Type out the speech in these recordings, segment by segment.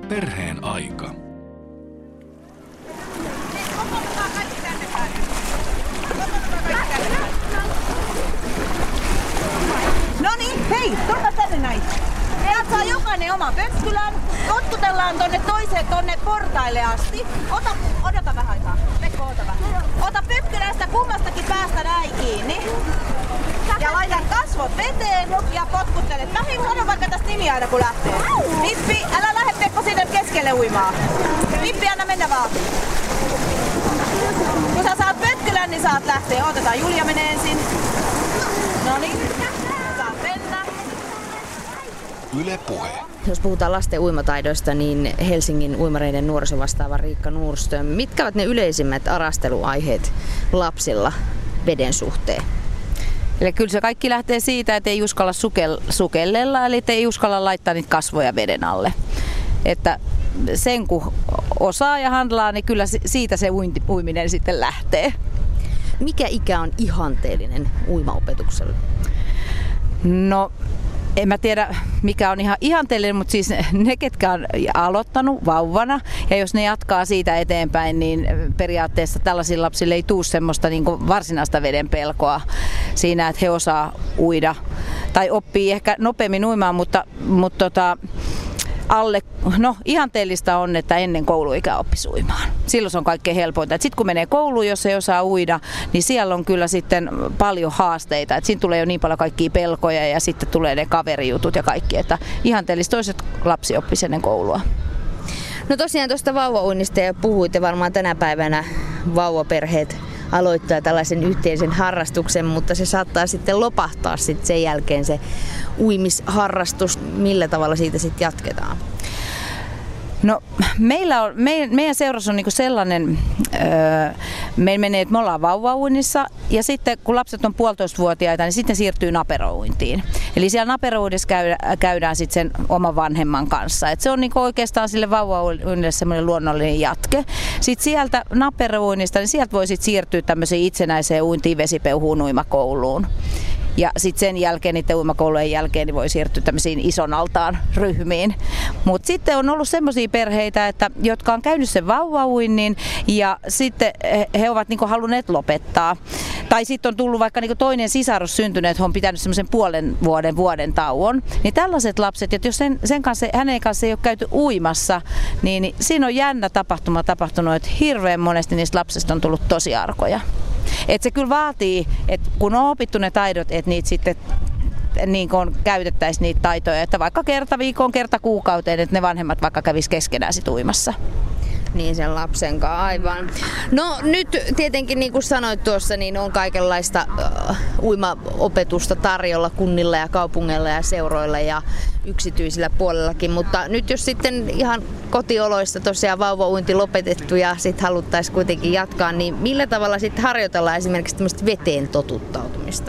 Perheen aika. No niin, hei, tulkaa tänne näin. Täältä saa jokainen oma pökkylän. Potkutellaan tonne portaille asti. Odota vähän aikaa. Pekko, ota vähän. Ota pökkylästä kummastakin päästä näin kiinni. Ja laitan kasvot veteen ja potkuttelet. Sano vaikka tästä nimi aina kun lähtee. Pippi, älä lähde Pekko sinne keskelle uimaan. Pippi, anna mennä vaan. Kun sä saat pökkylän, niin saat lähteä. Otetaan, Julia menee ensin. Noniin. Saat mennä. Yle Puhe. Jos puhutaan lasten uimataidoista, niin Helsingin uimareiden nuorisovastaava Riikka Nordström, mitkä ovat ne yleisimmät arasteluaiheet lapsilla veden suhteen? Eli kyllä se kaikki lähtee siitä, että ei uskalla sukellella, eli ei uskalla laittaa niitä kasvoja veden alle. Että sen kun osaa ja handlaa, niin kyllä siitä se uiminen sitten lähtee. Mikä ikä on ihanteellinen uimaopetukselle? No, en mä tiedä mikä on ihan ihanteellinen, mutta siis ne, ketkä on aloittanut vauvana ja jos ne jatkaa siitä eteenpäin, niin periaatteessa tällaisille lapsille ei tule semmoista niin kuin varsinaista veden pelkoa siinä, että he osaa uida tai oppii ehkä nopeammin uimaan, mutta ihanteellista on, että ennen kouluikää oppisi uimaan. Silloin se on kaikkein helpointa. Sitten kun menee kouluun, jos ei osaa uida, niin siellä on kyllä sitten paljon haasteita. Siinä tulee jo niin paljon kaikkia pelkoja ja sitten tulee ne kaverijutut ja kaikki. Että ihanteellista olisi, että lapsi oppisi ennen koulua. No tosiaan tuosta vauvauinnista ja puhuitte varmaan tänä päivänä vauvaperheet aloittaa tällaisen yhteisen harrastuksen, mutta se saattaa sitten lopahtaa sitten sen jälkeen se uimisharrastus. Millä tavalla siitä sitten jatketaan? No meidän seurassa on niinku sellainen, meillä menee, että me ollaan vauvauinnissa ja sitten kun lapset on 1,5-vuotiaita, niin sitten siirtyy naperouintiin. Eli siellä naperouinnissa käydään sitten sen oman vanhemman kanssa. Et se on niinku oikeastaan sille vauvauinnille semmoinen luonnollinen jatke. Sitten sieltä naperouinnista, niin sieltä voi sitten siirtyä tämmöiseen itsenäiseen uintiin vesipeuhuun uimakouluun. Ja sitten sen jälkeen, niiden uimakoulujen jälkeen, niin voi siirtyä tämmöisiin ison altaan ryhmiin. Mutta sitten on ollut semmoisia perheitä, jotka on käynyt sen vauvauinnin ja sitten he ovat niinku halunneet lopettaa. Tai sitten on tullut vaikka niinku toinen sisarus syntynyt, että he on pitänyt semmoisen vuoden tauon. Niin tällaiset lapset, että jos hänen kanssa ei ole käyty uimassa, niin siinä on jännä tapahtuma tapahtunut, että hirveän monesti niistä lapsista on tullut tosi arkoja. Et se kyllä vaatii, että kun on opittu ne taidot, että niitä sitten niin käytettäisiin niitä taitoja, että vaikka kerta viikkoon, kerta kuukauteen, että ne vanhemmat vaikka kävis keskenään sit uimassa. Niin sen lapsen kanssa, aivan. No nyt tietenkin niin kuin sanoit tuossa, niin on kaikenlaista uimaopetusta tarjolla kunnilla ja kaupungeilla ja seuroilla ja yksityisillä puolellakin, mutta nyt jos sitten ihan kotioloissa tosiaan vauvauinti lopetettu ja sitten haluttaisiin kuitenkin jatkaa, niin millä tavalla sitten harjoitellaan esimerkiksi tämmöistä veteen totuttautumista?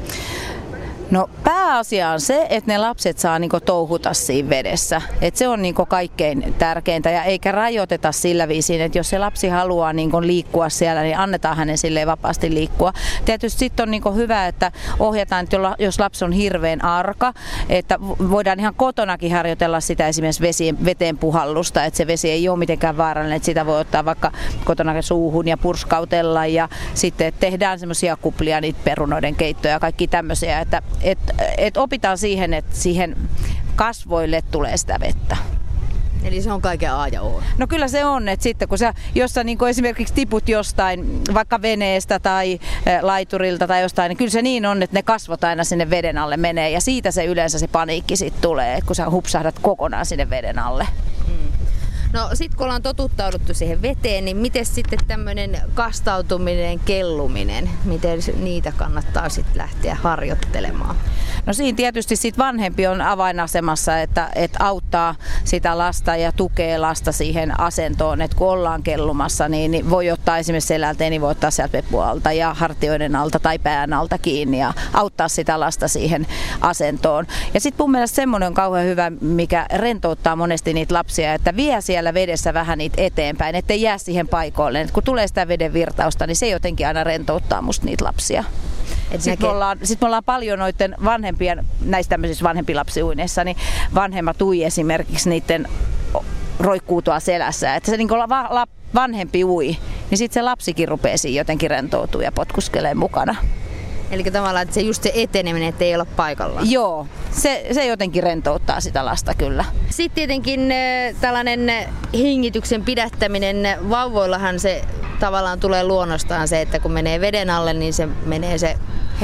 No pääasia on se, että ne lapset saa niinku touhuta siinä vedessä. Et se on niinku kaikkein tärkeintä ja eikä rajoiteta sillä viisiin, että jos se lapsi haluaa niinku liikkua siellä, niin annetaan hänen silleen vapaasti liikkua. Tietysti sitten on niinku hyvä, että ohjataan, että jos lapsi on hirveän arka, että voidaan ihan kotonakin harjoitella sitä esimerkiksi veteen puhallusta, että se vesi ei ole mitenkään vaarallinen, että sitä voi ottaa vaikka kotona suuhun ja purskautella ja sitten tehdään semmoisia kuplia, niitä perunoiden keittoja ja kaikki tämmöisiä, että opitaan siihen, että siihen kasvoille tulee sitä vettä. Eli se on kaiken A ja O. No kyllä se on, että sitten kun jos sä niin esimerkiksi tiput jostain, vaikka veneestä tai laiturilta tai jostain, niin kyllä se niin on, että ne kasvot aina sinne veden alle menee ja siitä se yleensä se paniikki sitten tulee, kun sä hupsahdat kokonaan sinne veden alle. No sit kun ollaan totuttauduttu siihen veteen, niin miten sitten tämmöinen kastautuminen, kelluminen, miten niitä kannattaa sitten lähteä harjoittelemaan? No siinä tietysti sit vanhempi on avainasemassa, että auttaa sitä lasta ja tukee lasta siihen asentoon, että kun ollaan kellumassa, niin voi ottaa esimerkiksi selältä, niin voi ottaa sieltä pepualta ja hartioiden alta tai pään alta kiinni ja auttaa sitä lasta siihen asentoon. Ja sitten mun mielestä semmoinen on kauhean hyvä, mikä rentouttaa monesti niitä lapsia, että vie siellä vedessä vähän niitä eteenpäin, ettei jää siihen paikoille. Et kun tulee sitä veden virtausta, niin se jotenkin aina rentouttaa musta niitä lapsia. Sitten me ollaan paljon noiden vanhempien, näissä tämmöisissä vanhempilapsiuineissa, niin vanhemmat ui esimerkiksi niiden roikkuu tuolla selässä. Että se niin kuin vanhempi ui, niin sitten se lapsikin rupeaa jotenkin rentoutumaan ja potkuskelee mukana. Eli tavallaan että just se eteneminen, ettei olla paikallaan. Joo, se jotenkin rentouttaa sitä lasta kyllä. Sitten tietenkin tällainen hengityksen pidättäminen, vauvoillahan se tavallaan tulee luonnostaan se, että kun menee veden alle, niin se menee se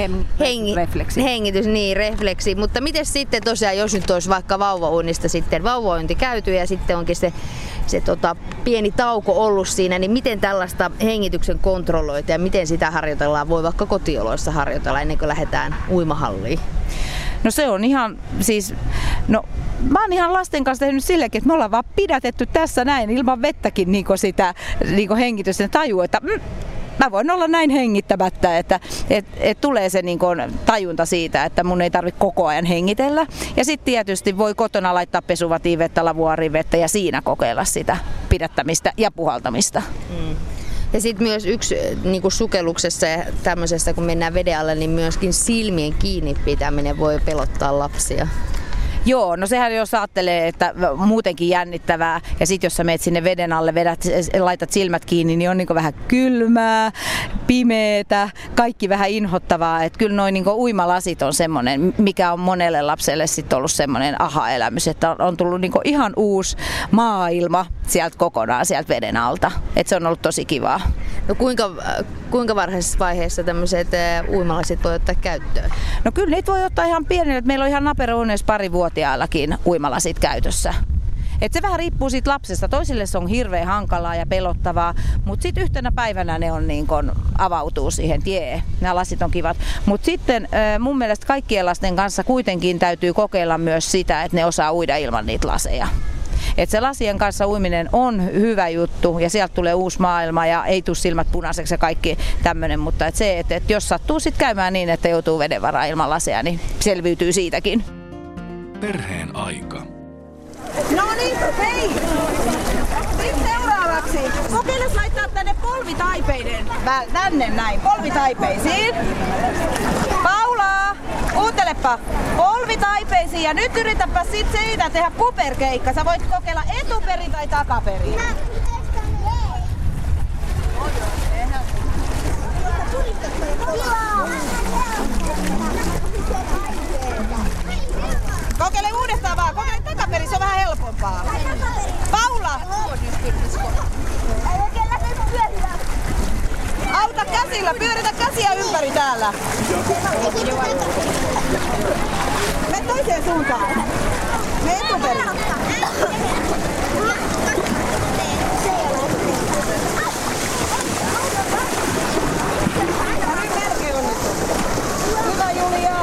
hengitys, niin refleksi. Mutta miten sitten tosiaan, jos nyt olisi vaikka vauvauinnista sitten vauvauinti käyty ja sitten onkin se pieni tauko ollut siinä, niin miten tällaista hengityksen kontrolloita ja miten sitä harjoitellaan, voi vaikka kotioloissa harjoitella ennen kuin lähdetään uimahalliin? No se on ihan mä oon ihan lasten kanssa tehnyt silläkin, että me ollaan vaan pidätetty tässä näin ilman vettäkin sitä hengitystä, tajuu, että mä voin olla näin hengittämättä, että tulee se tajunta siitä, että mun ei tarvitse koko ajan hengitellä. Ja sitten tietysti voi kotona laittaa pesuvativettä, lavuarivettä ja siinä kokeilla sitä pidättämistä ja puhaltamista. Ja sitten myös yksi sukelluksessa ja tämmöisessä, kun mennään veden alle, niin myöskin silmien kiinni pitäminen voi pelottaa lapsia. Joo, no sehän jos ajattelee, että muutenkin jännittävää ja sitten jos sä meet sinne veden alle, laitat silmät kiinni, niin on vähän kylmää, pimeetä, kaikki vähän inhottavaa. Että kyllä noin uimalasit on semmoinen, mikä on monelle lapselle sitten ollut semmoinen aha-elämys, että on tullut ihan uusi maailma sieltä kokonaan sieltä veden alta. Että se on ollut tosi kivaa. No kuinka varhaisessa vaiheessa tämmöiset uimalasit voi ottaa käyttöön? No kyllä niitä voi ottaa ihan pienellä. Meillä on ihan naperouneissa parivuotiaillakin uimalasit käytössä. Et se vähän riippuu siitä lapsesta. Toisille se on hirveän hankalaa ja pelottavaa, mutta sitten yhtenä päivänä ne on avautuu siihen, nämä lasit on kivat. Mutta sitten mun mielestä kaikkien lasten kanssa kuitenkin täytyy kokeilla myös sitä, että ne osaa uida ilman niitä laseja. Et se lasien kanssa uiminen on hyvä juttu ja sieltä tulee uusi maailma ja ei tule silmät punaiseksi ja kaikki tämmöinen, mutta et jos sattuu sitten käymään niin, että joutuu veden varaan ilman laseja, niin selviytyy siitäkin. Perheen aika. No niin, hei! Sitten seuraavaksi. Kokeiles laittaa tänne polvitaipeiden. Tänne näin, polvitaipeisiin. Paula, kuuntelepa. Polvitaipeisiin ja nyt yritäpä sit siitä tehdä kuperkeikka. Sä voit kokeilla etuperin tai takaperin. Kokeile uudestaan vaan. Kokeile takaperin, se on vähän helpompaa. Paula! Auta käsillä, pyöritä käsiä ympäri täällä. Mene toiseen suuntaan. Mene etuperin. Hyvä Julia.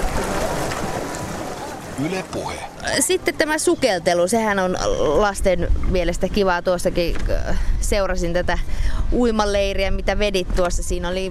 Yle Puhe. Sitten tämä sukeltelu, sehän on lasten mielestä kivaa. Tuossakin seurasin tätä uimaleiriä, mitä vedit tuossa. Siinä oli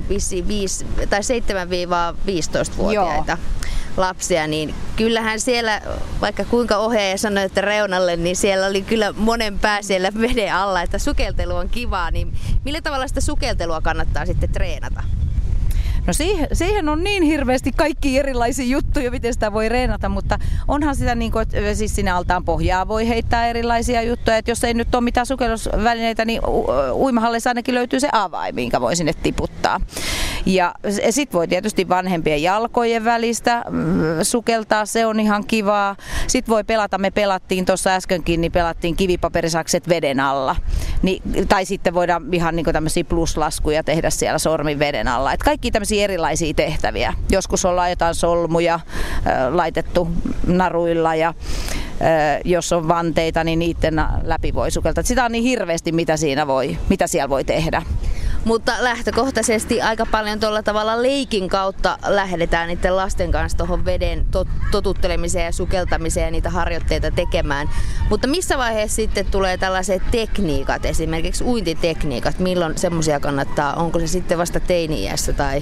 7-15-vuotiaita lapsia, niin kyllähän siellä, vaikka kuinka ohjaaja sanoi, että reunalle, niin siellä oli kyllä monen pää siellä veden alla, että sukeltelu on kivaa. Niin millä tavalla sitä sukeltelua kannattaa sitten treenata? No siihen on niin hirveästi kaikki erilaisia juttuja, miten sitä voi reenata, mutta onhan sitä että siis sinne altaan pohjaa voi heittää erilaisia juttuja, että jos ei nyt ole mitään sukellusvälineitä, niin uimahallissa ainakin löytyy se avain, minkä voi sinne tiputtaa. Ja sit voi tietysti vanhempien jalkojen välistä sukeltaa, se on ihan kivaa. Sitten voi pelata, me pelattiin tuossa äskenkin, niin pelattiin kivipaperisakset veden alla. Tai sitten voidaan ihan tämmöisiä pluslaskuja tehdä siellä sormin veden alla. Et kaikki tämmöisiä erilaisia tehtäviä. Joskus ollaan jotain solmuja laitettu naruilla ja jos on vanteita, niin niiden läpi voi sukeltaa. Sitä on niin hirveästi, mitä siellä voi tehdä. Mutta lähtökohtaisesti aika paljon tuolla tavalla leikin kautta lähdetään niiden lasten kanssa tuohon veden totuttelemiseen ja sukeltamiseen ja niitä harjoitteita tekemään. Mutta missä vaiheessa sitten tulee tällaiset tekniikat, esimerkiksi uintitekniikat, milloin semmoisia kannattaa? Onko se sitten vasta teini-iässä tai?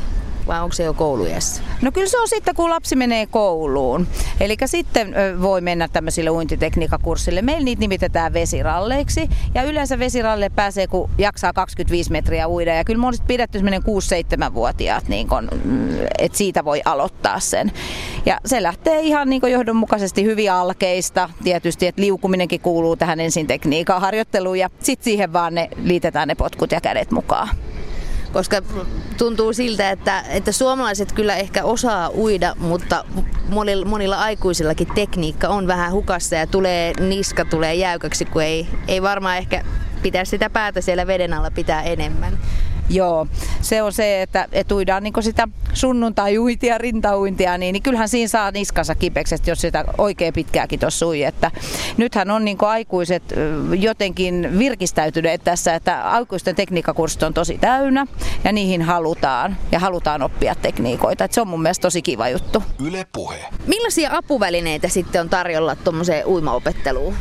vai onko se jo kouluiässä? No kyllä se on sitten, kun lapsi menee kouluun. Eli sitten voi mennä tämmöisille uintitekniikkakurssille. Meillä niitä nimitetään vesiralleiksi. Ja yleensä vesiralle pääsee, kun jaksaa 25 metriä uida. Ja kyllä me on pidetty semmoinen 6-7-vuotiaat, niin että siitä voi aloittaa sen. Ja se lähtee ihan niin johdonmukaisesti hyvin alkeista. Tietysti, että liukuminenkin kuuluu tähän ensin tekniikan harjoitteluun. Ja sitten siihen vaan liitetään ne potkut ja kädet mukaan. Koska tuntuu siltä, että suomalaiset kyllä ehkä osaa uida, mutta monilla aikuisillakin tekniikka on vähän hukassa ja niska tulee jäykäksi, kun ei varmaan ehkä pitäisi sitä päätä siellä veden alla pitää enemmän. Joo, se on se, että uidaan niin sitä sunnuntai-uintia, rintauintia, niin kyllähän siinä saa niskansa kipeäksi, jos sitä oikein pitkääkin tuossa ui. Että nythän on niin aikuiset jotenkin virkistäytyneet tässä, että aikuisten tekniikkakurssit on tosi täynnä ja niihin halutaan oppia tekniikoita. Että se on mun mielestä tosi kiva juttu. Yle Puhe. Millaisia apuvälineitä sitten on tarjolla tuommoiseen uimaopetteluun?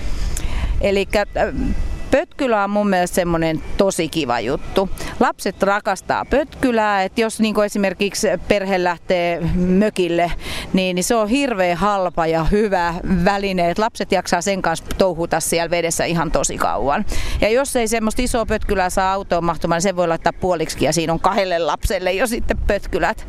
Elikkä pötkylä on mun mielestä semmoinen tosi kiva juttu. Lapset rakastaa pötkylää, että jos niin esimerkiksi perhe lähtee mökille, niin se on hirveän halpa ja hyvä väline, että lapset jaksaa sen kanssa touhuta siellä vedessä ihan tosi kauan. Ja jos ei semmoista isoa pötkylää saa autoon mahtumaan, niin sen voi laittaa puoliksi ja siinä on 2 lapselle jo sitten pötkylät.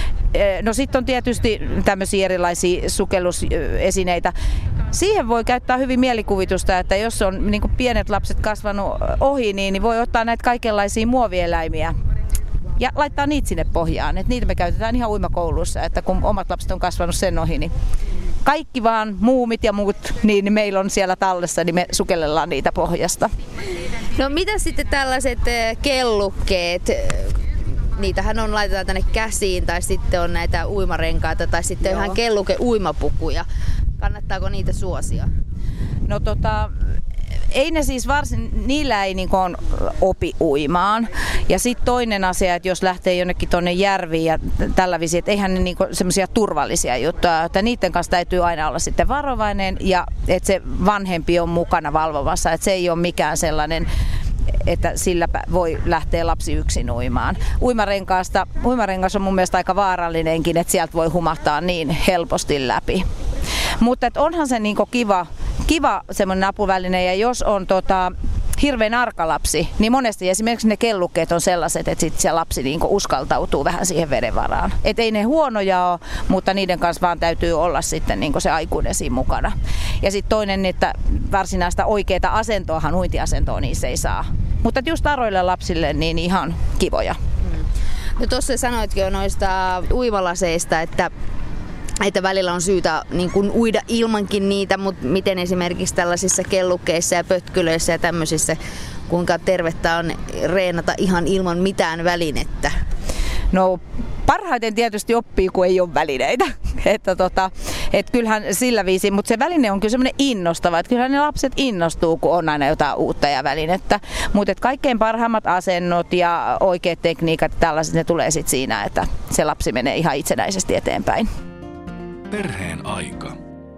No sitten on tietysti tämmöisiä erilaisia sukellusesineitä. Siihen voi käyttää hyvin mielikuvitusta, että jos on niin kuin pienet lapset kasvanut ohi, niin voi ottaa näitä kaikenlaisia muovieläimiä ja laittaa niitä sinne pohjaan. Et niitä me käytetään ihan uimakoulussa, että kun omat lapset on kasvanut sen ohi, niin kaikki vaan muumit ja muut, niin meillä on siellä tallessa, niin me sukellellaan niitä pohjasta. No mitä sitten tällaiset kellukkeet? Niitähän laitetaan tänne käsiin tai sitten on näitä uimarenkaita tai sitten ihan kelluke-uimapukuja. Kannattaako niitä suosia? No ei ne siis niillä ei niin kuin opi uimaan. Ja sitten toinen asia, että jos lähtee jonnekin tuonne järviin ja tällä viisiin, että eihän ne niin semmoisia turvallisia juttuja, että niiden kanssa täytyy aina olla sitten varovainen ja että se vanhempi on mukana valvomassa, että se ei ole mikään sellainen, että sillä voi lähteä lapsi yksin uimaan. Uimarengas on mun mielestä aika vaarallinenkin, että sieltä voi humahtaa niin helposti läpi. Mutta onhan se niinku kiva semmoinen apuväline, ja jos on hirveän arka lapsi, niin monesti esimerkiksi ne kellukkeet on sellaiset, että sit se lapsi niinku uskaltautuu vähän siihen veden varaan. Et ei ne huonoja ole, mutta niiden kanssa vaan täytyy olla sitten niinku se aikuinen siinä mukana. Ja sitten toinen, että varsinaista oikeaa asentoahan, uintiasentoa, niin se ei saa. Mutta just aroille lapsille niin ihan kivoja. No tuossa sanoitkin jo noista uimalaseista, että välillä on syytä niin kuin uida ilmankin niitä, mutta miten esimerkiksi tällaisissa kellukkeissa ja pötkylöissä ja tämmöisissä, kuinka tervettä on reenata ihan ilman mitään välinettä? No parhaiten tietysti oppii, kun ei ole välineitä. Että kyllähän sillä viisi, mutta se väline on kyllä semmoinen innostava, että kyllähän ne lapset innostuu, kun on aina jotain uutta ja välinettä. Mutta kaikkein parhaimmat asennot ja oikeat tekniikat, tällaiset, ne tulee sitten siinä, että se lapsi menee ihan itsenäisesti eteenpäin. Perheen aika.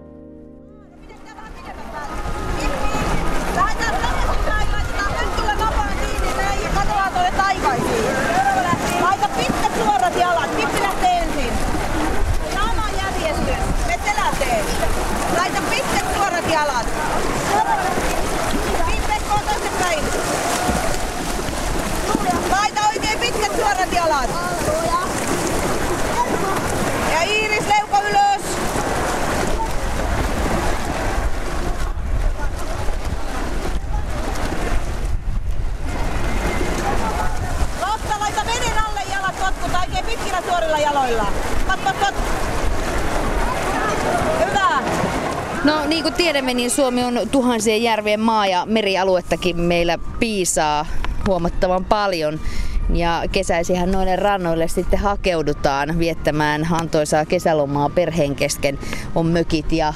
Lähdetään tänne, laitetaan pötkylä napaan kiinni näin ja katsotaan tuonne taivaisiin. Laita pitkät suorat jalat, Pippi lähtee ensin. Sama järjestys, me seläteen. Laita pitkät suorat jalat. Pippi koo toisinpäin. Laita oikein pitkät suorat jalat. Ja Iiris, leuka ylös. Lotta, laita veden alle jalat, potkut oikein pitkillä suorilla jaloilla. Pot. Hyvä. No niin kuin tiedämme, niin Suomi on tuhansien järvien maa ja merialuettakin meillä piisaa huomattavan paljon. Ja kesäisihän noille rannoille sitten hakeudutaan viettämään antoisaa kesälomaa perheen kesken. On mökit ja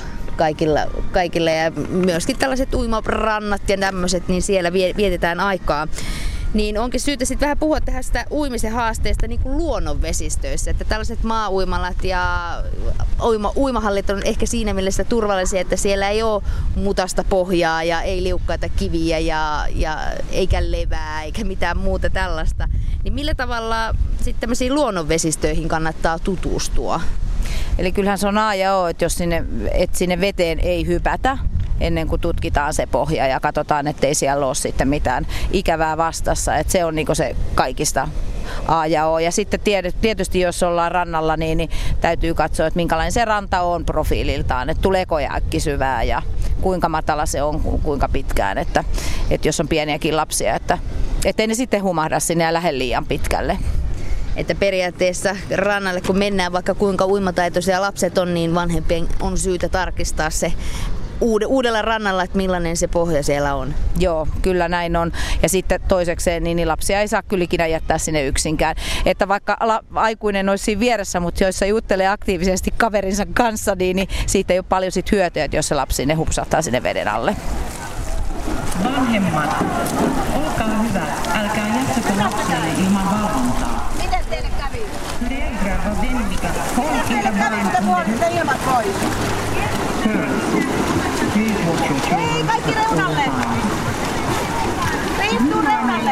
kaikilla ja myöskin tällaiset uimarannat ja tämmöiset, niin siellä vietetään aikaa. Niin onkin syytä sitten vähän puhua tästä uimisen haasteesta niin kuin luonnonvesistöissä. Että tällaiset maa-uimalat ja uimahallit on ehkä siinä mielessä turvallisia, että siellä ei ole mutasta pohjaa ja ei liukkaita kiviä ja eikä levää eikä mitään muuta tällaista. Niin millä tavalla sitten tämmöisiin luonnonvesistöihin kannattaa tutustua? Eli kyllähän se on A ja O, että jos sinne veteen ei hypätä ennen kuin tutkitaan se pohja ja katsotaan, ettei siellä ole sitten mitään ikävää vastassa. Että se on niinku se kaikista A ja O. Ja sitten tietysti jos ollaan rannalla, niin täytyy katsoa, että minkälainen se ranta on profiililtaan. Että tuleeko äkkisyvää ja kuinka matala se on, kuinka pitkään. Että jos on pieniäkin lapsia, että ettei ne sitten humahda sinne ja lähde liian pitkälle. Että periaatteessa rannalle kun mennään, vaikka kuinka uimataitoisia lapset on, niin vanhempien on syytä tarkistaa se uudella rannalla, että millainen se pohja siellä on. Joo, kyllä näin on. Ja sitten toisekseen, niin lapsia ei saa kyllä ikinä jättää sinne yksinkään. Että vaikka aikuinen olisi siinä vieressä, mutta jos se juttelee aktiivisesti kaverinsa kanssa, niin siitä ei ole paljon sit hyötyä, jos se lapsi ne hupsahtaa sinne veden alle. Vanhemmat, olkaa hyvä, älkää jättäkö lapselle ilman valvontaa. Miten teille kävi? Föräldrar var vänliga, håll era barn Puolitte ilmat pois. Ei, kaikki reunalle! Riistuu reunalle!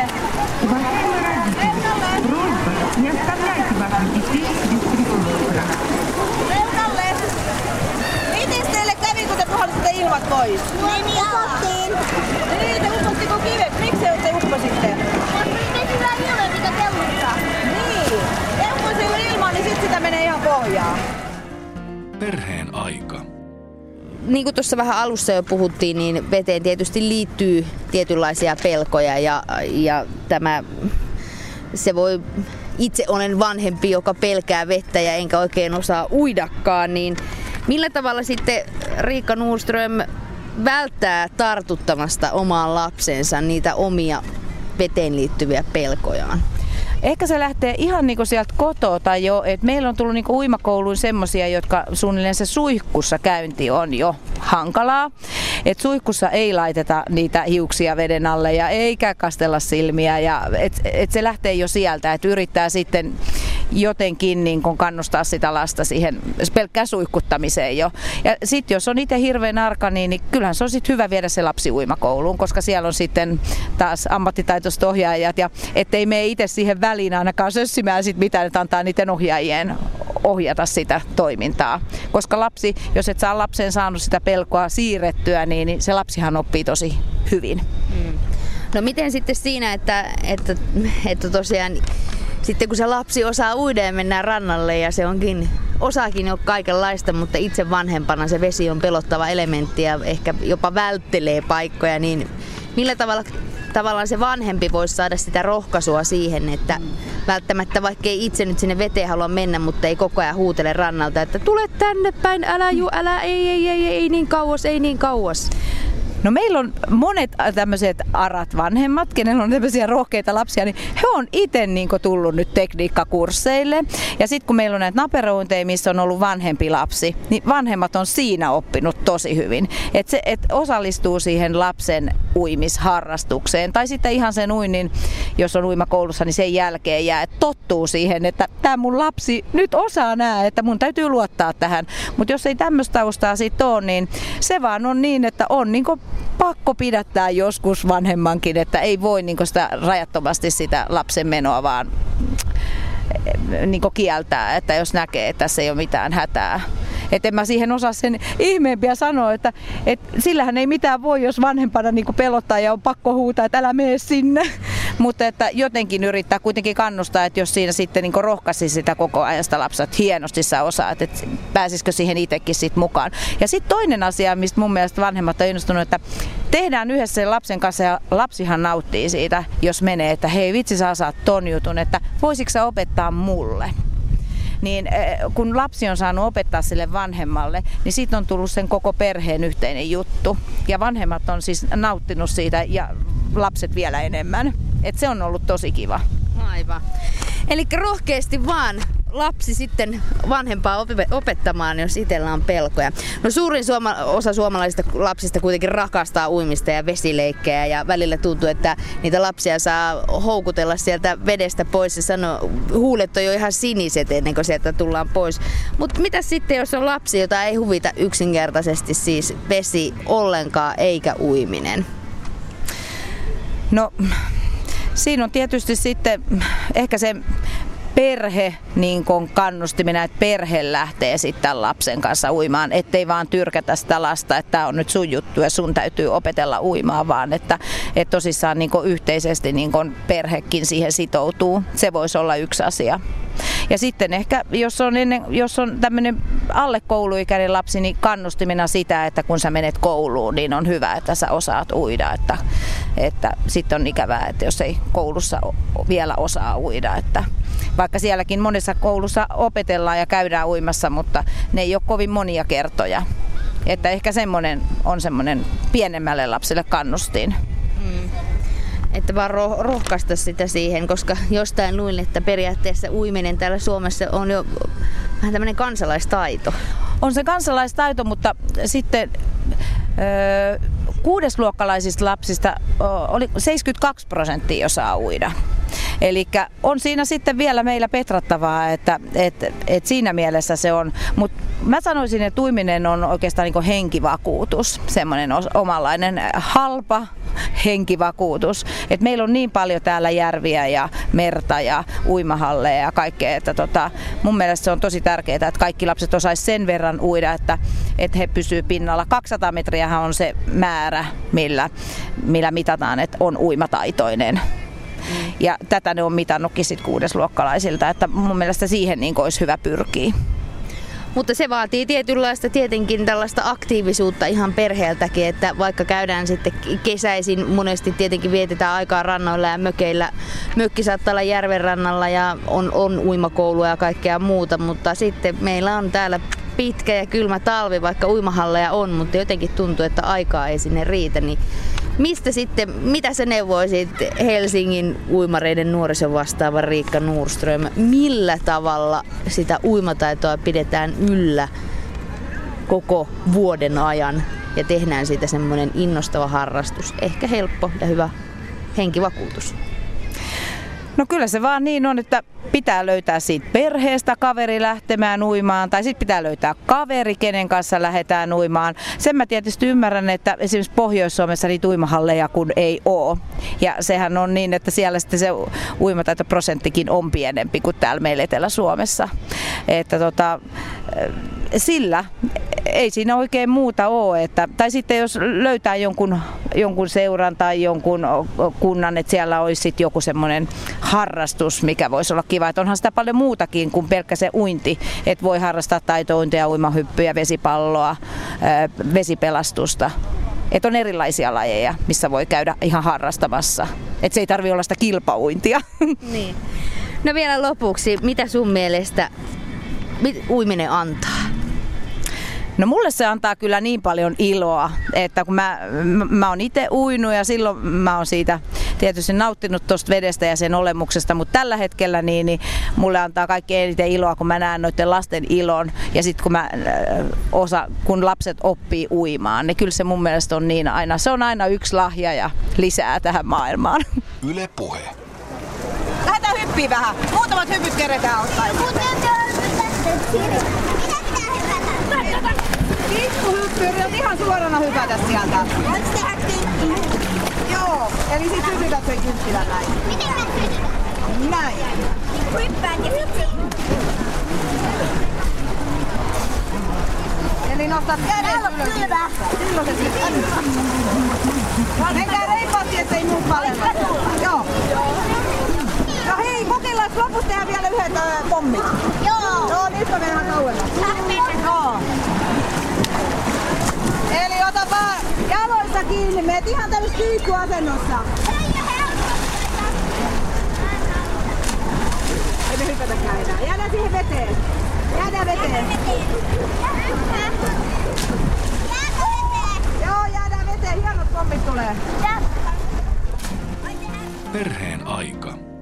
Reunalle! Miten teille kävi, kun te puhallisitte ilmat pois? Meni upottiin. Niin, te uppottiko kivet? Miksi te uppositte? Vesillä ei ole mikä kelluttaa. Niin, te uppositte ilmaan, niin sit sitä menee ihan pohjaan. Perheen aika. Niin kuin tuossa vähän alussa jo puhuttiin, niin veteen tietysti liittyy tietynlaisia pelkoja ja se voi, itse olen vanhempi, joka pelkää vettä ja enkä oikein osaa uidakaan, niin millä tavalla sitten Riikka Nordström välttää tartuttamasta omaan lapsensa niitä omia veteen liittyviä pelkojaan? Ehkä se lähtee ihan niinku sieltä kotota jo, että meillä on tullut niinku uimakouluun semmosia, jotka suunnilleen se suihkussa käynti on jo hankalaa. Et suihkussa ei laiteta niitä hiuksia veden alle ja eikä kastella silmiä. Ja et se lähtee jo sieltä, että yrittää sitten jotenkin niin kun kannustaa sitä lasta siihen pelkkään suihkuttamiseen jo. Ja sitten jos on itse hirveän arka, niin kyllähän se on sitten hyvä viedä se lapsi uimakouluun, koska siellä on sitten taas ammattitaitoiset ohjaajat ja ettei mene itse siihen väliin ainakaan sössimään sit mitään, että antaa niiden ohjaajien ohjata sitä toimintaa. Koska lapsi, jos et saa lapsen saanut sitä pelkoa siirrettyä, niin se lapsihan oppii tosi hyvin. No miten sitten siinä, että tosiaan sitten kun se lapsi osaa uida ja mennään rannalle ja se osaakin jo kaikenlaista, mutta itse vanhempana se vesi on pelottava elementti ja ehkä jopa välttelee paikkoja, niin millä tavallaan se vanhempi voisi saada sitä rohkaisua siihen, että välttämättä vaikka ei itse nyt sinne veteen halua mennä, mutta ei koko ajan huutele rannalta, että tule tänne päin, älä, ei niin kauas. No meillä on monet tämmöiset arat vanhemmat, kenellä on tämmöisiä rohkeita lapsia, niin he on itse tullut nyt tekniikkakursseille. Ja sitten kun meillä on näitä naperointeja, missä on ollut vanhempi lapsi, niin vanhemmat on siinä oppinut tosi hyvin. Että osallistuu siihen lapsen uimisharrastukseen. Tai sitten ihan sen uinnin, jos on uimakoulussa, niin sen jälkeen jää, että tottuu siihen, että tämä mun lapsi nyt osaa nää, että mun täytyy luottaa tähän. Mutta jos ei tämmöistä taustaa sitten ole, niin se vaan on niin, että on pakko pidättää joskus vanhemmankin, että ei voi sitä rajattomasti sitä lapsen menoa vaan kieltää, että jos näkee, että tässä ei ole mitään hätää. Että en mä siihen osaa sen ihmeempiä sanoa, että sillähän ei mitään voi, jos vanhempana pelottaa ja on pakko huutaa, että älä mene sinne. Mutta että jotenkin yrittää kuitenkin kannustaa, että jos siinä sitten rohkaisi sitä koko ajan sitä lapsia, että hienosti sä osaat, että pääsisikö siihen itsekin sit mukaan. Ja sitten toinen asia, mistä mun mielestä vanhemmat on innostunut, että tehdään yhdessä sen lapsen kanssa ja lapsihan nauttii siitä, jos menee, että hei vitsi sä osaat ton jutun, että voisitko sä opettaa mulle? Niin kun lapsi on saanut opettaa sille vanhemmalle, niin siitä on tullut sen koko perheen yhteinen juttu. Ja vanhemmat on siis nauttinut siitä ja lapset vielä enemmän. Et se on ollut tosi kiva. Aivan. Eli rohkeasti vaan lapsi sitten vanhempaa opettamaan, jos itsellä on pelkoja? No suurin osa suomalaisista lapsista kuitenkin rakastaa uimista ja vesileikkejä ja välillä tuntuu, että niitä lapsia saa houkutella sieltä vedestä pois ja sanoo, huulet on jo ihan siniset ennen kuin sieltä tullaan pois. Mutta mitä sitten, jos on lapsi, jota ei huvita yksinkertaisesti siis vesi ollenkaan eikä uiminen? No, siinä on tietysti sitten ehkä se perhe niin kun kannustimena, että perhe lähtee sitten lapsen kanssa uimaan, ettei vaan tyrkätä sitä lasta, että tämä on nyt sun juttu ja sun täytyy opetella uimaan, vaan että tosissaan niin kun yhteisesti niin kun perhekin siihen sitoutuu. Se voisi olla yksi asia. Ja sitten ehkä, jos on tämmöinen alle kouluikäinen lapsi, niin kannustimena sitä, että kun sä menet kouluun, niin on hyvä, että sä osaat uida. Että sitten on ikävää, että jos ei koulussa vielä osaa uida. Että vaikka sielläkin monessa koulussa opetellaan ja käydään uimassa, mutta ne ei ole kovin monia kertoja. Että ehkä semmoinen on semmoinen pienemmälle lapselle kannustin. Että vaan rohkaista sitä siihen, koska jostain luin, että periaatteessa uiminen täällä Suomessa on jo vähän tämmöinen kansalaistaito. On se kansalaistaito, mutta sitten kuudesluokkalaisista lapsista oli 72% osaa uida. Eli on siinä sitten vielä meillä petrattavaa, että siinä mielessä se on. Mutta mä sanoisin, että uiminen on oikeastaan niin kuin henkivakuutus, semmoinen omanlainen halpa henkivakuutus. Et meillä on niin paljon täällä järviä ja merta ja uimahalleja ja kaikkea, että mun mielestä se on tosi tärkeää, että kaikki lapset osaisi sen verran uida, että he pysyy pinnalla. 200 metriähän on se määrä, millä mitataan, että on uimataitoinen. Ja tätä ne on mitannutkin sit kuudesluokkalaisilta, että mun mielestä siihen niin olisi hyvä pyrkiä. Mutta se vaatii tietynlaista tietenkin tällaista aktiivisuutta ihan perheeltäkin, että vaikka käydään sitten kesäisin, monesti tietenkin vietetään aikaa rannoilla ja mökeillä. Mökki saattaa olla järven rannalla ja on uimakoulua ja kaikkea muuta, mutta sitten meillä on täällä pitkä ja kylmä talvi, vaikka uimahalleja on, mutta jotenkin tuntuu, että aikaa ei sinne riitä. Niin mistä sitten, mitä sä neuvoisit Helsingin uimareiden nuorison vastaava Riikka Nordström? Millä tavalla sitä uimataitoa pidetään yllä koko vuoden ajan ja tehdään siitä semmoinen innostava harrastus? Ehkä helppo ja hyvä henkivakuutus. No kyllä se vaan niin on, että pitää löytää siitä perheestä kaveri lähtemään uimaan tai sitten pitää löytää kaveri, kenen kanssa lähdetään uimaan. Sen mä tietysti ymmärrän, että esimerkiksi Pohjois-Suomessa niitä uimahalleja kun ei ole. Ja sehän on niin, että siellä sitten se uimataitoprosenttikin on pienempi kuin täällä meillä Etelä-Suomessa. Että sillä ei siinä oikein muuta ole. Tai sitten jos löytää jonkun seuran tai jonkun kunnan, että siellä olisi sitten joku semmoinen harrastus, mikä voisi olla kiva. Että onhan sitä paljon muutakin kuin pelkkä se uinti. Että voi harrastaa taitouintia, uimahyppyjä, vesipalloa, vesipelastusta. Että on erilaisia lajeja, missä voi käydä ihan harrastamassa. Että se ei tarvitse olla sitä kilpauintia. Niin. No vielä lopuksi, mitä sun mielestä uiminen antaa? No mulle se antaa kyllä niin paljon iloa, että kun mä oon itse uinut ja silloin mä oon siitä tietysti nauttinut tuosta vedestä ja sen olemuksesta, mutta tällä hetkellä niin mulle antaa kaikkein eniten iloa, kun mä näen noiden lasten ilon ja sitten kun lapset oppii uimaan, niin kyllä se mun mielestä on niin aina, se on aina yksi lahja ja lisää tähän maailmaan. Yle Puhe. Lähdetään hyppiin vähän. Muutamat hypyt keretään ottaa. Pikkuhyppyri on ihan suorana hypätä sieltä. Voiko tehdä kymppi? Joo, eli sit hypytät sen kymptilä näin. Miten mä hypitän? Näin. Hyppään ja hyppään. Eli nostat kädet ylös. Hyvä. Silloin se sitten. Menkää reippaasti, ettei muut palella. Joo. No hei, kokeillaan lopussa tehdään vielä yhdet pommit. Joo. Joo, nyt me mennään kauemmas. Joo. Eli ota vaan jaloista kiinni, meet ihan tämmössä kyykkyasennossa. Ei me hypätäkään enää. Jäädään siihen veteen. Jäädään veteen. Joo, jäädään veteen. Hienot pommit tulee. Perheen aika.